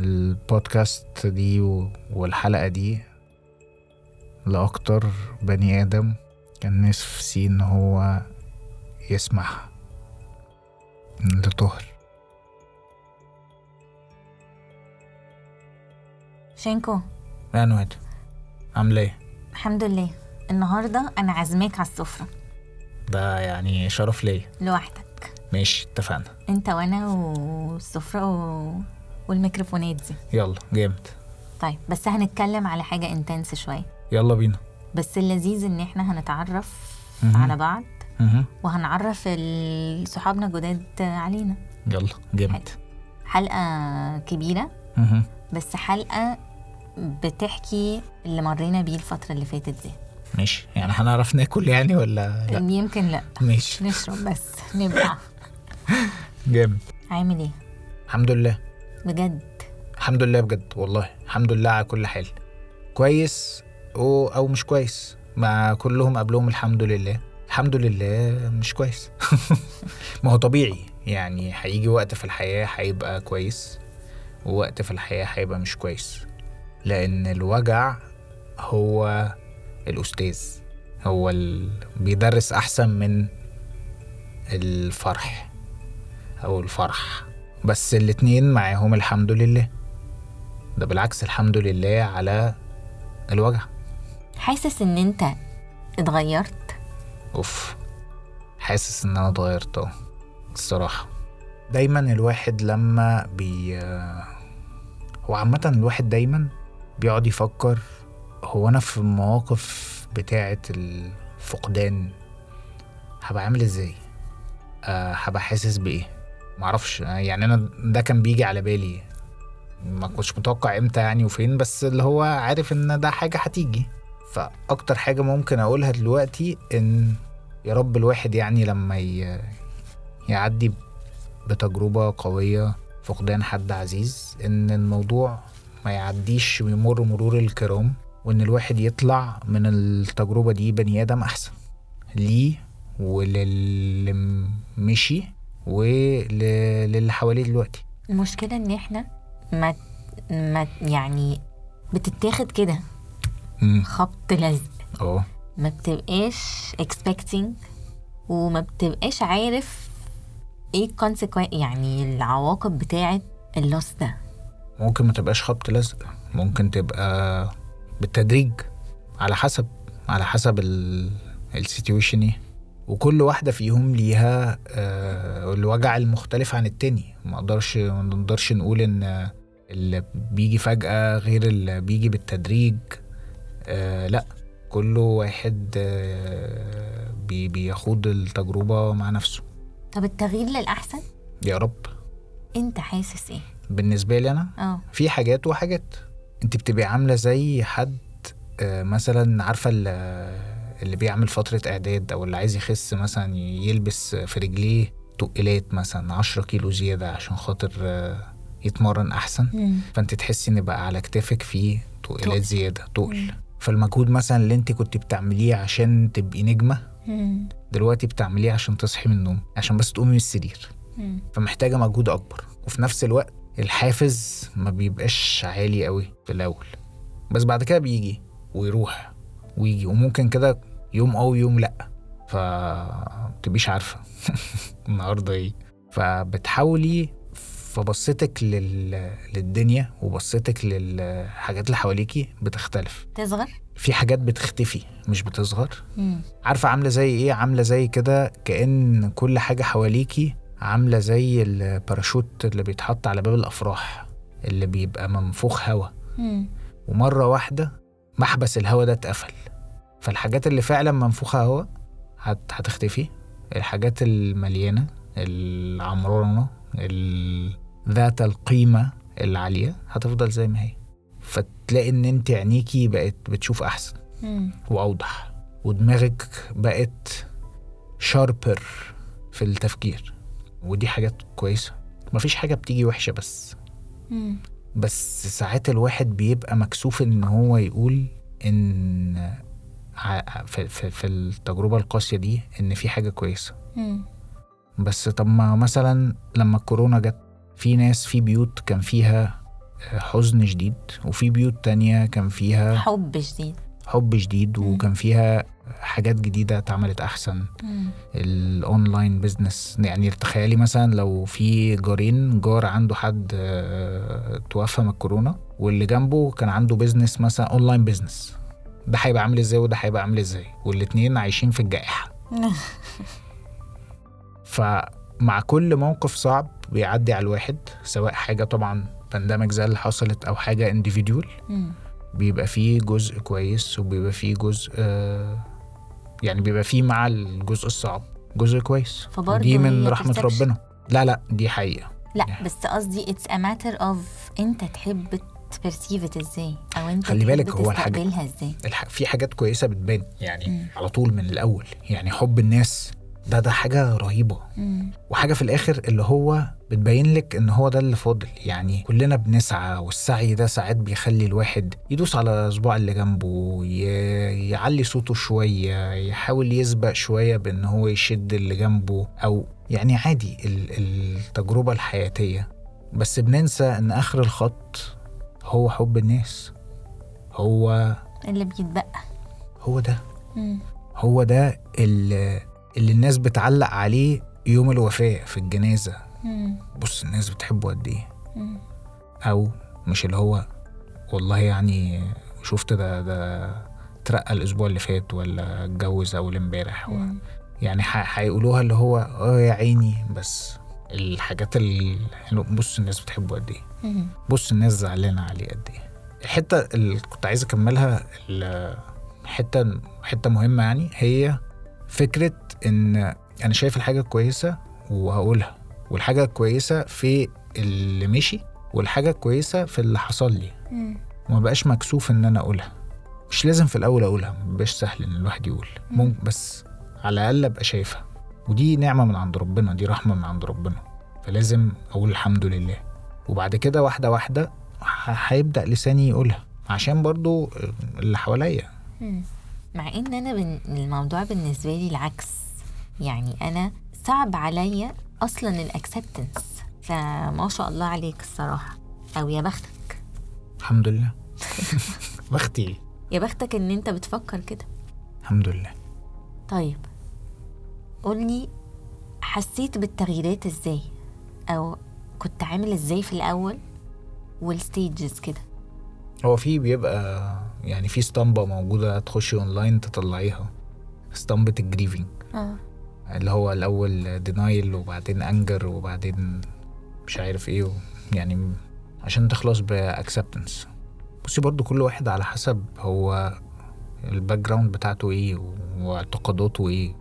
البودكاست دي والحلقة دي لأكتر بني آدم كان نفسي إن هو يسمعها، لطهر. شينكو، يا نواد، عامله ايه؟ الحمد لله. النهارده انا عازماك على السفره. ده يعني شرف ليا. لوحدك؟ ماشي، اتفقنا. انت وانا والسفره والميكروفونات دي. يلا جامد. طيب بس هنتكلم على حاجه انتنس شويه. يلا بينا. بس اللذيذ ان احنا هنتعرف على بعض وهنعرف صحابنا جداد علينا. يلا جامد. حلقه كبيره بس حلقه بتحكي اللي مرينا بيه الفتره اللي فاتت دي. ماشي، يعني هنعرف ناكل يعني ولا لا؟ يمكن لا. ماشي، نشرب بس نبقى. جامد. عامل ايه؟ الحمد لله. بجد الحمد لله بجد والله، الحمد لله على كل حال. كويس او مش كويس، مع كلهم قبلهم الحمد لله. الحمد لله مش كويس. ما هو طبيعي يعني، هيجي وقت في الحياة هيبقى كويس ووقت في الحياة هيبقى مش كويس، لأن الوجع هو الأستاذ، هو بيدرس أحسن من الفرح أو الفرح. بس الاتنين معاهم الحمد لله. ده بالعكس، الحمد لله على الوجع. حاسس ان انت اتغيرت؟ حاسس ان انا اتغيرت الصراحة. دايما الواحد لما هو عامة الواحد دايما بيقعد يفكر، هو انا في المواقف بتاعة الفقدان هبقى عامل ازاي، هبقى حاسس بايه. معرفش يعني، انا ده كان بيجي على بالي، ما كنتش متوقع امتى يعني وفين، بس اللي هو عارف ان ده حاجة هتيجي. فاكتر حاجة ممكن اقولها دلوقتي ان يا رب الواحد يعني لما يعدي بتجربة قوية فقدان حد عزيز، ان الموضوع ما يعديش ويمر مرور الكرام، وان الواحد يطلع من التجربة دي بني آدم احسن ليه وللي مشي وللي حواليه دلوقتي. المشكلة ان احنا ما يعني بتتاخد كده خبط لزق. ما بتبقاش expecting وما بتبقاش عارف ايه consequence، يعني العواقب بتاعة اللوس ده. ممكن ما تبقاش خبط لزق، ممكن تبقى بالتدريج، على حسب السيتويشن ايه، وكل واحدة فيهم ليها الوجع المختلف عن التاني. ما نقدرش نقول ان اللي بيجي فجأة غير اللي بيجي بالتدريج. لا، كل واحد بيخوض التجربة مع نفسه. طب التغيير للأحسن؟ يا رب. انت حاسس ايه؟ بالنسبة لي انا في حاجات وحاجات. انت بتبقي عاملة زي حد مثلا، عارفة اللي بيعمل فترة اعداد او اللي عايز يخس مثلا، يلبس في رجليه تقلات مثلا 10 كيلو زيادة عشان خاطر يتمرن احسن. فانت تحسي ان بقى على كتافك فيه تقلات زيادة، تقل. فالمجهود مثلا اللي انت كنت بتعمليه عشان تبقي نجمة، دلوقتي بتعمليه عشان تصحي من النوم، عشان بس تقومي من السرير. فمحتاجة مجهود اكبر، وفي نفس الوقت الحافز ما بيبقاش عالي قوي في الاول، بس بعد كده بيجي ويروح ويجي، وممكن كده يوم يوم لا، فبتبقيش عارفة النهاردة ايه. فبتحاولي، فبصتك للدنيا وبصتك للحاجات اللي حواليكي بتختلف، تصغر. في حاجات بتختفي مش بتصغر. عارفة عاملة زي ايه؟ عاملة زي كده كأن كل حاجة حواليكي عاملة زي الباراشوت اللي بيتحط على باب الأفراح، اللي بيبقى منفوخ هوا، ومرة واحدة محبس الهوا ده اتقفل، فالحاجات اللي فعلا منفوخة هوا هتختفي. الحاجات المليانة العمرانة ذات القيمة العالية هتفضل زي ما هي. فتلاقي ان انت عينيكي بقت بتشوف احسن واوضح، ودماغك بقت شاربر في التفكير، ودي حاجات كويسة. مفيش حاجة بتيجي وحشة، بس ساعات الواحد بيبقى مكسوف ان هو يقول ان في التجربة القاسية دي ان في حاجة كويسة. بس طب ما مثلا لما الكورونا جت، في ناس في بيوت كان فيها حزن شديد، وفي بيوت تانية كان فيها حب شديد وكان فيها حاجات جديدة اتعملت أحسن. الأونلاين بيزنس، يعني تخيلي مثلا لو في جار عنده حد توفى من الكورونا واللي جنبه كان عنده بيزنس مثلا أونلاين بيزنس، ده هيبقى عامل ازاي وده هيبقى عامل ازاي، والاتنين عايشين في الجائحة. فمع كل موقف صعب بيعدي على الواحد، سواء حاجة طبعا بانديميك زي اللي حصلت أو حاجة انديفيديول، بيبقى فيه جزء كويس وبيبقى فيه جزء يعني بيبقى فيه مع الجزء الصعب جزء كويس، دي من رحمة ربنا. لا دي حقيقة. لا بس قصدي it's a matter of انت تحب تبرسيفت ازاي، او انت خلي بالك هو تستقبلها ازاي. في حاجات كويسة بتبان يعني على طول من الأول، يعني حب الناس ده حاجة رهيبة. وحاجة في الآخر اللي هو بتبين لك إن هو ده اللي فاضل. يعني كلنا بنسعى، والسعي ده ساعات بيخلي الواحد يدوس على صباع اللي جنبه، يعلي صوته شوية، يحاول يسبق شوية بإن هو يشد اللي جنبه، أو يعني عادي التجربة الحياتية. بس بننسى إن آخر الخط هو حب الناس، هو اللي بيتبقى، هو ده اللي الناس بتعلق عليه يوم الوفاة في الجنازة. بص الناس بتحبه قد ايه. او مش اللي هو والله يعني شفت ده ترقى الاسبوع اللي فات ولا اتجوز اول امبارح، يعني هيقولوها اللي هو يا عيني. بس الحاجات اللي بص الناس بتحبه قد ايه، بص الناس زعلانة عليه قد ايه. الحتة اللي كنت عايز اكملها، حتة مهمة يعني، هي فكرة ان انا شايف الحاجة كويسة وهقولها، والحاجة كويسة في اللي مشي، والحاجة كويسة في اللي حصل لي، وما بقاش مكسوف ان انا اقولها. مش لازم في الاول اقولها، مبقاش سهل ان الواحد يقول، ممكن بس على الاقل ابقى شايفها، ودي نعمة من عند ربنا، دي رحمة من عند ربنا، فلازم اقول الحمد لله. وبعد كده واحدة واحدة هيبدأ لساني يقولها عشان برضو اللي حواليا. مع ان انا الموضوع بالنسبة لي العكس، يعني انا صعب عليا اصلا الاكسبتنس، فما شاء الله عليك الصراحة، او يا بختك. الحمد لله. بختي، يا بختك ان انت بتفكر كده. الحمد لله. طيب قولي، حسيت بالتغييرات ازاي، او كنت عامل ازاي في الاول والستيجز كده؟ هو في بيبقى يعني في اسطمبة موجودة تخشي اونلاين تطلعيها، اسطمبة الجريفينج، اللي هو الاول دينايل وبعدين انجر وبعدين مش عارف ايه، يعني عشان تخلص باكسبتنس. بصي برضو كل واحد على حسب هو الباك جراوند بتاعته ايه واعتقاداته ايه،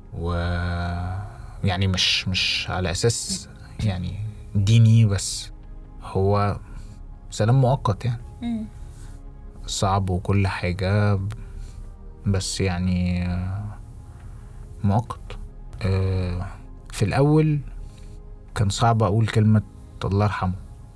ويعني مش على اساس يعني ديني بس، هو سلام مؤقت يعني صعب وكل حاجة، بس يعني مؤقت. في الأول كان صعب أقول كلمة الله يرحمه،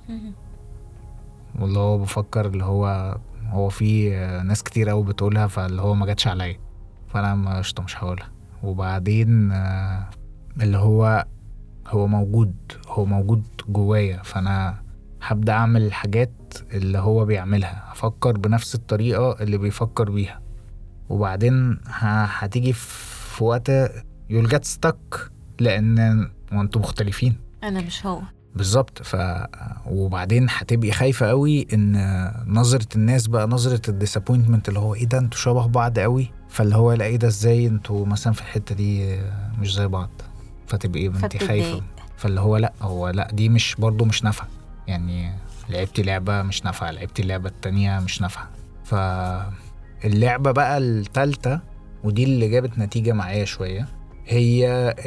واللي هو بفكر اللي هو في ناس كتير أوي بتقولها، فاللي هو ما جاتش عليا، فأنا مش هقولها. وبعدين اللي هو موجود جوايا، فأنا هبدأ أعمل الحاجات اللي هو بيعملها، أفكر بنفس الطريقة اللي بيفكر بيها، وبعدين هتيجي في وقت you'll get stuck، لأن وانتم مختلفين، أنا مش هو بالظبط. وبعدين هتبقي خايفة قوي إن نظرة الناس بقى نظرة الديسابوينتمنت، اللي هو إيه ده انتوا شبه بعض قوي، فاللي هو لا إيه ده إزاي انتوا مثلا في الحتة دي مش زي بعض، فتبقي انت خايفة، فاللي هو لا دي مش برضو مش نافعة، يعني لعبتي لعبة مش نافعة، لعبتي اللعبة التانية مش نافعة. فاللعبة بقى التالتة ودي اللي جابت نتيجة معايا شوية، هي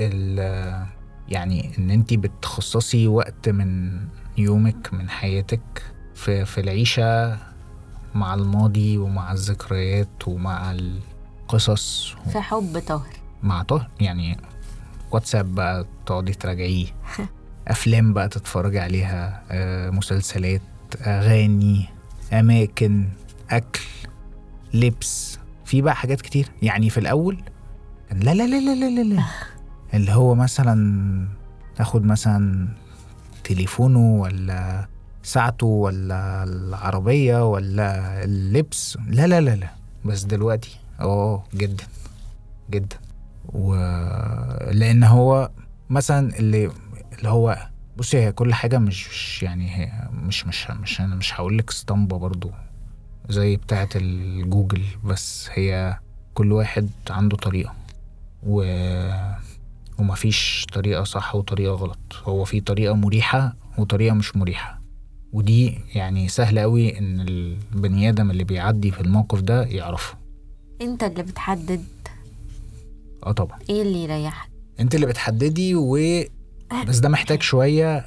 يعني ان انتي بتخصصي وقت من يومك من حياتك في العيشة مع الماضي ومع الذكريات ومع القصص في حب طاهر، مع طاهر، يعني واتساب بقى تقعدي تراجعيه، افلام بقى تتفرجي عليها، مسلسلات، اغاني، اماكن، اكل، لبس، في بقى حاجات كتير. يعني في الاول لا لا لا لا لا لا اللي هو مثلا تاخد مثلا تليفونه ولا ساعته ولا العربية ولا اللبس، لا لا لا لا، بس دلوقتي جدا جدا. ولان هو مثلا اللي هو بصي، هي كل حاجة مش يعني هي مش انا مش هقولك اسطمبة برضو زي بتاعة الجوجل، بس هي كل واحد عنده طريقة ومفيش طريقة صح وطريقة غلط. هو في طريقة مريحة وطريقة مش مريحة، ودي يعني سهل قوي ان البني ادم اللي بيعدي في الموقف ده يعرفه. انت اللي بتحدد. طبعا. ايه اللي يريحك؟ انت اللي بتحددي بس ده محتاج شوية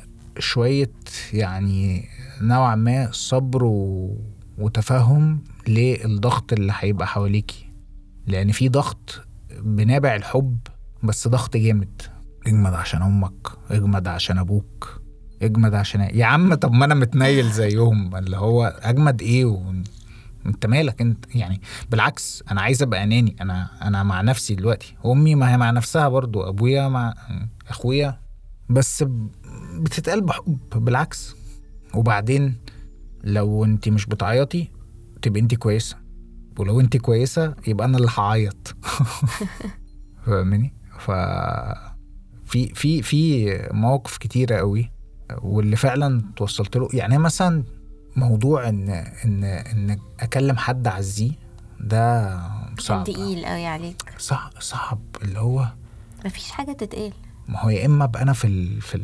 يعني نوعا ما صبر وتفهم للضغط اللي هيبقى حواليكي، لان في ضغط بنابع الحب، بس ضغط جامد. اجمد عشان امك، اجمد عشان ابوك، اجمد عشان يا عم طب ما انا متنيل زيهم، اللي هو اجمد ايه انت مالك انت يعني؟ بالعكس انا عايز ابقى اناني، انا مع نفسي دلوقتي، امي ما هي مع نفسها برضو، ابويا مع اخويا، بس بتتقال بحب بالعكس. وبعدين لو انت مش بتعيطي تبقى انت كويسة، ولو انت كويسة يبقى انا اللي هعيط. فاهمني؟ في مواقف كتيرة قوي، واللي فعلا توصلت له يعني مثلا موضوع ان اكلم حد عزيه ده صعب، تقيل قوي عليك. صعب اللي هو مفيش حاجة تتقال. ما هو يا اما ابقى انا في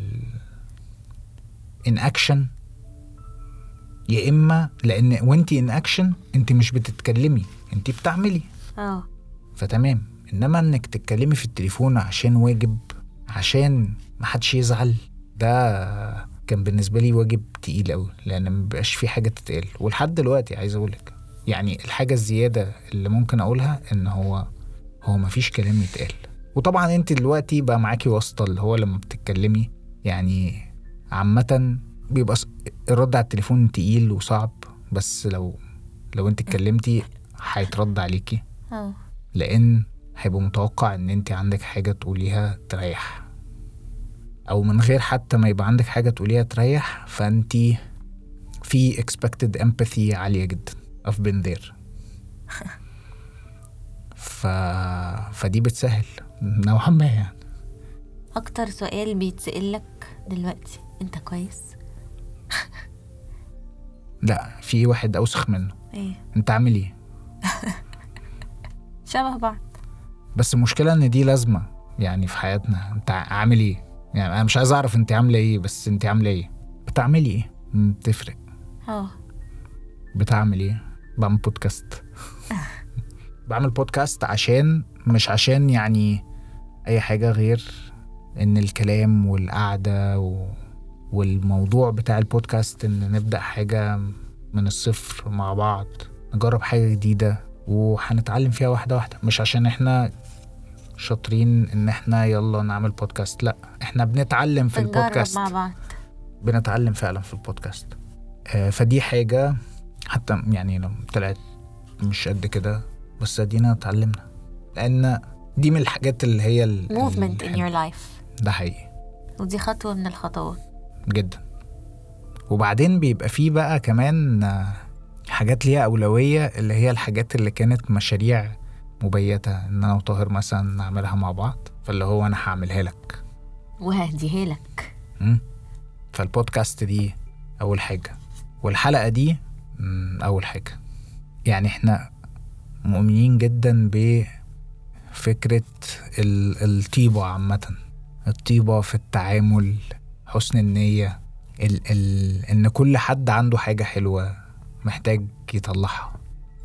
ان اكشن، يا اما لان وانتي ان اكشن انت مش بتتكلمي، انت بتعملي. فتمام. انما انك تتكلمي في التليفون عشان واجب، عشان ما حدش يزعل، ده كان بالنسبه لي واجب تقيل قوي، لان ما بقاش في حاجه تتقال. ولحد دلوقتي عايز اقولك يعني الحاجه الزياده اللي ممكن اقولها ان هو ما فيش كلام يتقال. وطبعا انت دلوقتي بقى معاكي واسطه، اللي هو لما بتتكلمي يعني عامه بيبقى الرد على التليفون تقيل وصعب، بس لو انت اتكلمتي هيترد عليكي، لان هيبقى متوقع ان انت عندك حاجة تقوليها تريح، او من غير حتى ما يبقى عندك حاجة تقوليها تريح، فانت في expected empathy عالية جدا. I've been there. فدي بتسهل نوعا ما يعني. اكتر سؤال بيتسألك دلوقتي، انت كويس؟ لا، في واحد اوسخ منه. ايه؟ انت عامل ايه؟ شبه بعض. بس المشكلة ان دي لازمة يعني في حياتنا. انت عامل ايه؟ يعني انا مش عايز اعرف انت عاملة ايه، بس انت عاملة ايه؟ بتعملي ايه؟ بتفرق. بتعمل ايه؟ بعمل بودكاست. بعمل بودكاست مش عشان يعني اي حاجة غير ان الكلام والقعدة والموضوع بتاع البودكاست ان نبدأ حاجة من الصفر مع بعض، نجرب حاجة جديدة وهنتعلم فيها واحدة واحدة. مش عشان احنا شاطرين ان احنا يلا نعمل بودكاست، لا، احنا بنتعلم في البودكاست مع بعض، بنتعلم فعلا في البودكاست. فدي حاجة حتى يعني لو طلعت مش قد كده، بس ادينا اتعلمنا، لان دي من الحاجات اللي هي movement in your life. ده حقيقي، ودي خطوة من الخطوات جدا. وبعدين بيبقى فيه بقى كمان حاجات ليها أولوية، اللي هي الحاجات اللي كانت مشاريع مبيتة ان انا وطاهر مثلا نعملها مع بعض، فاللي هو انا هعملها لك وهديها لك. فالبودكاست دي اول حاجة، والحلقة دي اول حاجة. يعني احنا مؤمنين جدا بفكرة الطيبة عامة، الطيبة في التعامل، حسن النية، ان كل حد عنده حاجة حلوة محتاج يطلعها،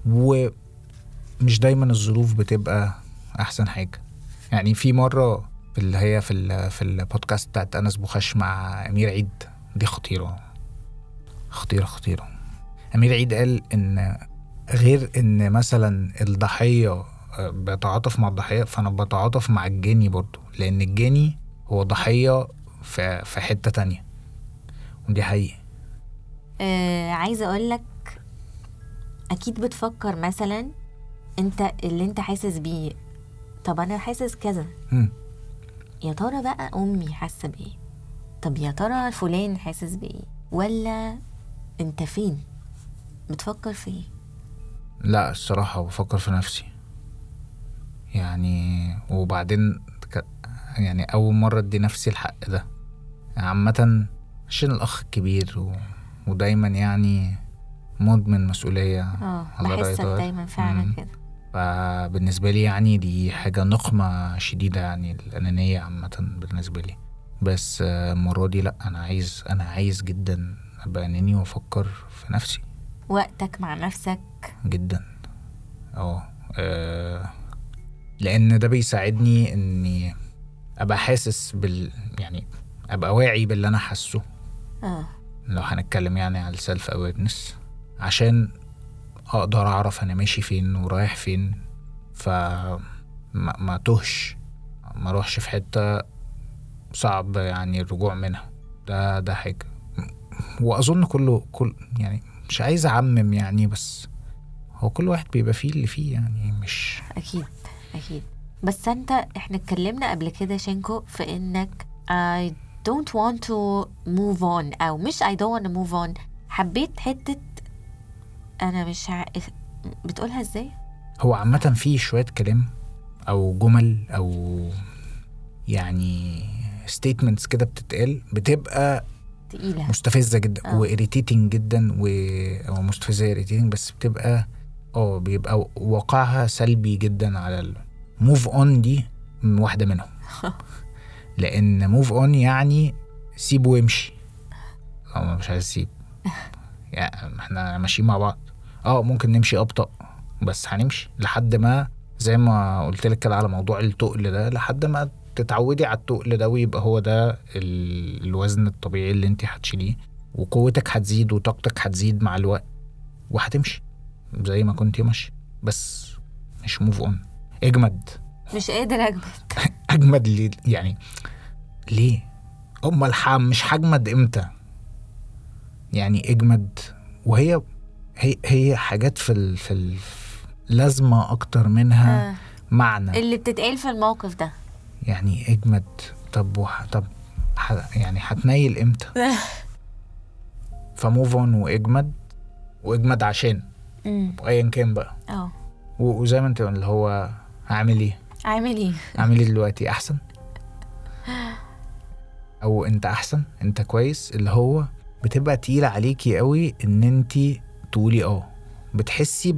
ومش دايما الظروف بتبقى احسن حاجة. يعني في مرة اللي هي في البودكاست بتاعت أنس بوخش مع أمير عيد، دي خطيرة خطيرة خطيرة. أمير عيد قال إن غير إن مثلا الضحية بتعاطف مع الضحية، فأنا بتعاطف مع الجاني برضو، لأن الجاني هو ضحية في حتة تانية، ودي حقيقي. عايزة أقولك، أكيد بتفكر مثلا أنت اللي أنت حاسس بيه، طب أنا حاسس كذا، يا ترى بقى أمي حاسة بإيه؟ طب يا ترى فلان حاسس بإيه؟ ولا انت فين؟ بتفكر في ايه؟ لا الصراحة بفكر في نفسي يعني. وبعدين يعني أول مرة ادي نفسي الحق ده عامة، عشان الأخ الكبير ودايما يعني مدمن مسؤولية. بحسك دايما فعلا كده. فبالنسبة لي يعني دي حاجة نقمة شديدة يعني، الأنانية عامة بالنسبة لي. بس المرة دي لأ، أنا عايز جدا أبقى أناني وأفكر في نفسي. وقتك مع نفسك جدا. لأن ده بيساعدني إني أبقى حاسس يعني أبقى واعي باللي أنا حاسه. لو هنتكلم يعني على السلف أويرنس، عشان أقدر أعرف أنا ماشي فين ورايح فين، ما تهش، ما روحش في حتة صعب يعني الرجوع منها. ده حاجة. وأظن كل يعني مش عايز أعمم يعني، بس هو كل واحد بيبقى فيه اللي فيه يعني، مش أكيد. بس احنا اتكلمنا قبل كده شينكو في انك I don't want to move on، او مش I don't want to move on. حبيت حتة انا مش بتقولها ازاي؟ هو عامة فيه شوية كلام او جمل او يعني statements كده بتتقال، بتبقى تقيلة، مستفزة جدا وإريتيتنج جدا أو مستفزة irritating، بس بيبقى واقعها سلبي جدا على move on. دي واحدة منهم. لأن move on يعني سيب وامشي، أو مش عايز سيب يعني احنا ماشيين مع بعض. ممكن نمشي أبطأ، بس هنمشي لحد ما زي ما قلت لك كده على موضوع التقل ده، لحد ما تتعودي على التقل ده ويبقى هو ده الوزن الطبيعي اللي انت هتشيليه، وقوتك هتزيد وطاقتك هتزيد مع الوقت، وهتمشي زي ما كنتي ماشي. بس مش موف اون. اجمد. مش قادر اجمد. اجمد ليه يعني؟ ليه مش هجمد امتى يعني؟ اجمد. وهي هي حاجات في لازمة اكتر منها معنى اللي بتتقال في الموقف ده يعني. اجمد. طب يعني هتنيل امتى؟ فموف اون واجمد عشان وايا كان بقى. وزي ما انت اللي هو عامل ايه دلوقتي احسن، او انت احسن، انت كويس. اللي هو بتبقى تقيلة عليكي قوي ان انت تقولي بتحسي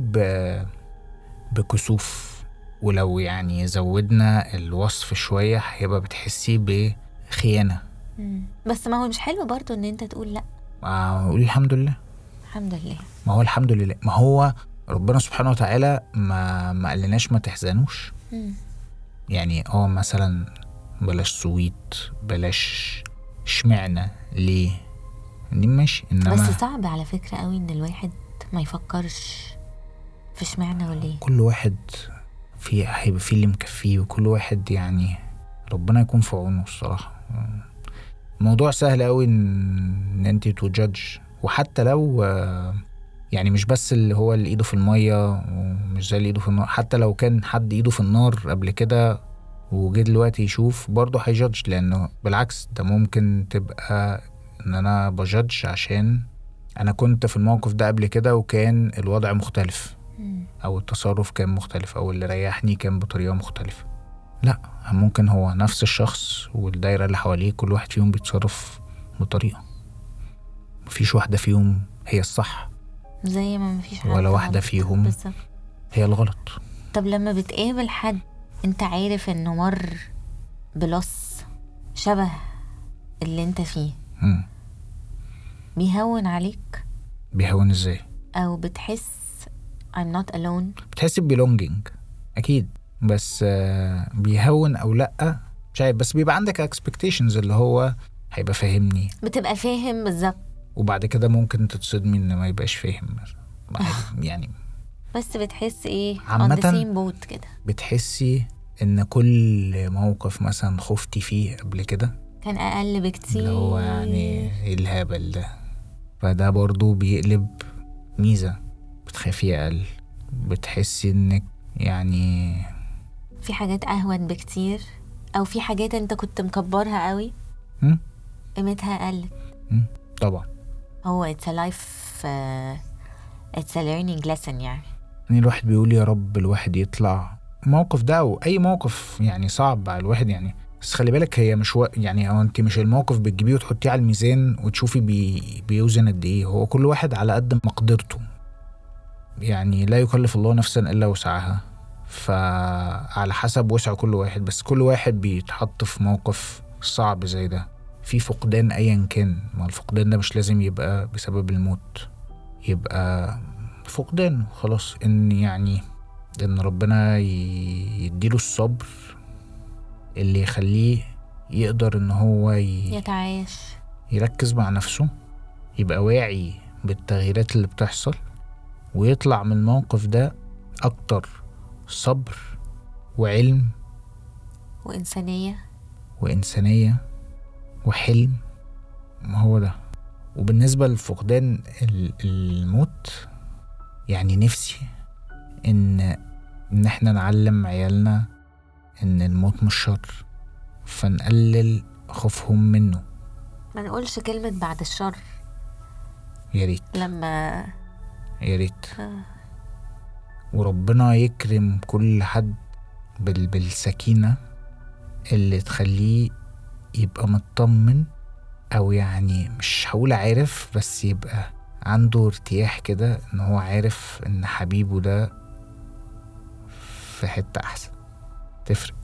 بكسوف. ولو يعني زودنا الوصف شوية هيبقى بتحسي بخيانة. بس ما هو مش حلو برضو ان انت تقول لا. قولي الحمد لله. ما هو الحمد لله. ما هو ربنا سبحانه وتعالى ما قالناش ما تحزنوش. يعني مثلا بلاش سويت، بلاش اشمعنى ليه، دي ماشي. انما بس صعب على فكرة قوي ان الواحد ما يفكرش في اشمعنى وليه. كل واحد هيبقى فيه اللي مكفيه، وكل واحد يعني ربنا يكون في عونه الصراحة. الموضوع سهل قوي ان انت توجدج، وحتى لو يعني مش بس اللي هو اللي ايده في المية ومش زي اللي ايده في النار، حتى لو كان حد ايده في النار قبل كده وجي دلوقتي يشوف برضه هيجدج. لانه بالعكس ده ممكن تبقى ان انا بجدج عشان انا كنت في الموقف ده قبل كده وكان الوضع مختلف، او التصرف كان مختلف، او اللي ريحني كان بطريقة مختلفة. لا، ممكن هو نفس الشخص والدايرة اللي حواليه كل واحد فيهم بيتصرف بطريقة، مفيش واحدة فيهم هي الصح زي ما مفيش ولا واحدة فيهم بالزبط هي الغلط. طب لما بتقابل حد انت عارف انه مر بلص شبه اللي انت فيه، بيهون عليك؟ بيهون ازاي؟ او بتحس I'm not alone؟ بتحس ببيلونجينج اكيد، بس بيهون او لأ مش عارف. بس بيبقى عندك expectations اللي هو هيبقى فاهمني، بتبقى فاهم بالظبط، وبعد كده ممكن تتصدمي ان ما يبقاش فاهم يعني. بس بتحس ايه on the same boat كده. بتحسي ان كل موقف مثلا خفتي فيه قبل كده كان اقل بكتير، اللي هو يعني ايه الهبل ده. فده برضو بيقلب ميزة، بتخافي اقل، بتحسي انك يعني في حاجات اهون بكتير، او في حاجات انت كنت مكبرها قوي قيمتها قلت. طبعا. هو it's a life it's a learning lesson يعني الواحد بيقول يا رب الواحد يطلع موقف ده أو أي موقف يعني صعب على الواحد يعني. بس خلي بالك هي مش يعني هو انت مش الموقف بتجيبيه وتحطيه على الميزان وتشوفي بيوزن قد ايه. هو كل واحد على قد مقدرته يعني، لا يكلف الله نفسا الا وسعها، فعلى حسب وسع كل واحد. بس كل واحد بيتحط في موقف صعب زي ده، في فقدان ايا كان. ما الفقدان ده مش لازم يبقى بسبب الموت، يبقى فقدان خلاص. ان يعني ان ربنا يديله الصبر اللي يخليه يقدر ان هو يتعايش، يركز مع نفسه، يبقى واعي بالتغييرات اللي بتحصل، ويطلع من الموقف ده اكتر صبر وعلم وإنسانية وحلم. ما هو ده. وبالنسبة لفقدان الموت، يعني نفسي ان احنا نعلم عيالنا ان الموت مش شر، فنقلل خوفهم منه. ما نقولش كلمة بعد الشر، يا ريت لما يا ريت. وربنا يكرم كل حد بالسكينة اللي تخليه يبقى مطمن، او يعني مش هقول عارف، بس يبقى عنده ارتياح كده ان هو عارف ان حبيبه ده في حتة احسن. تفرق.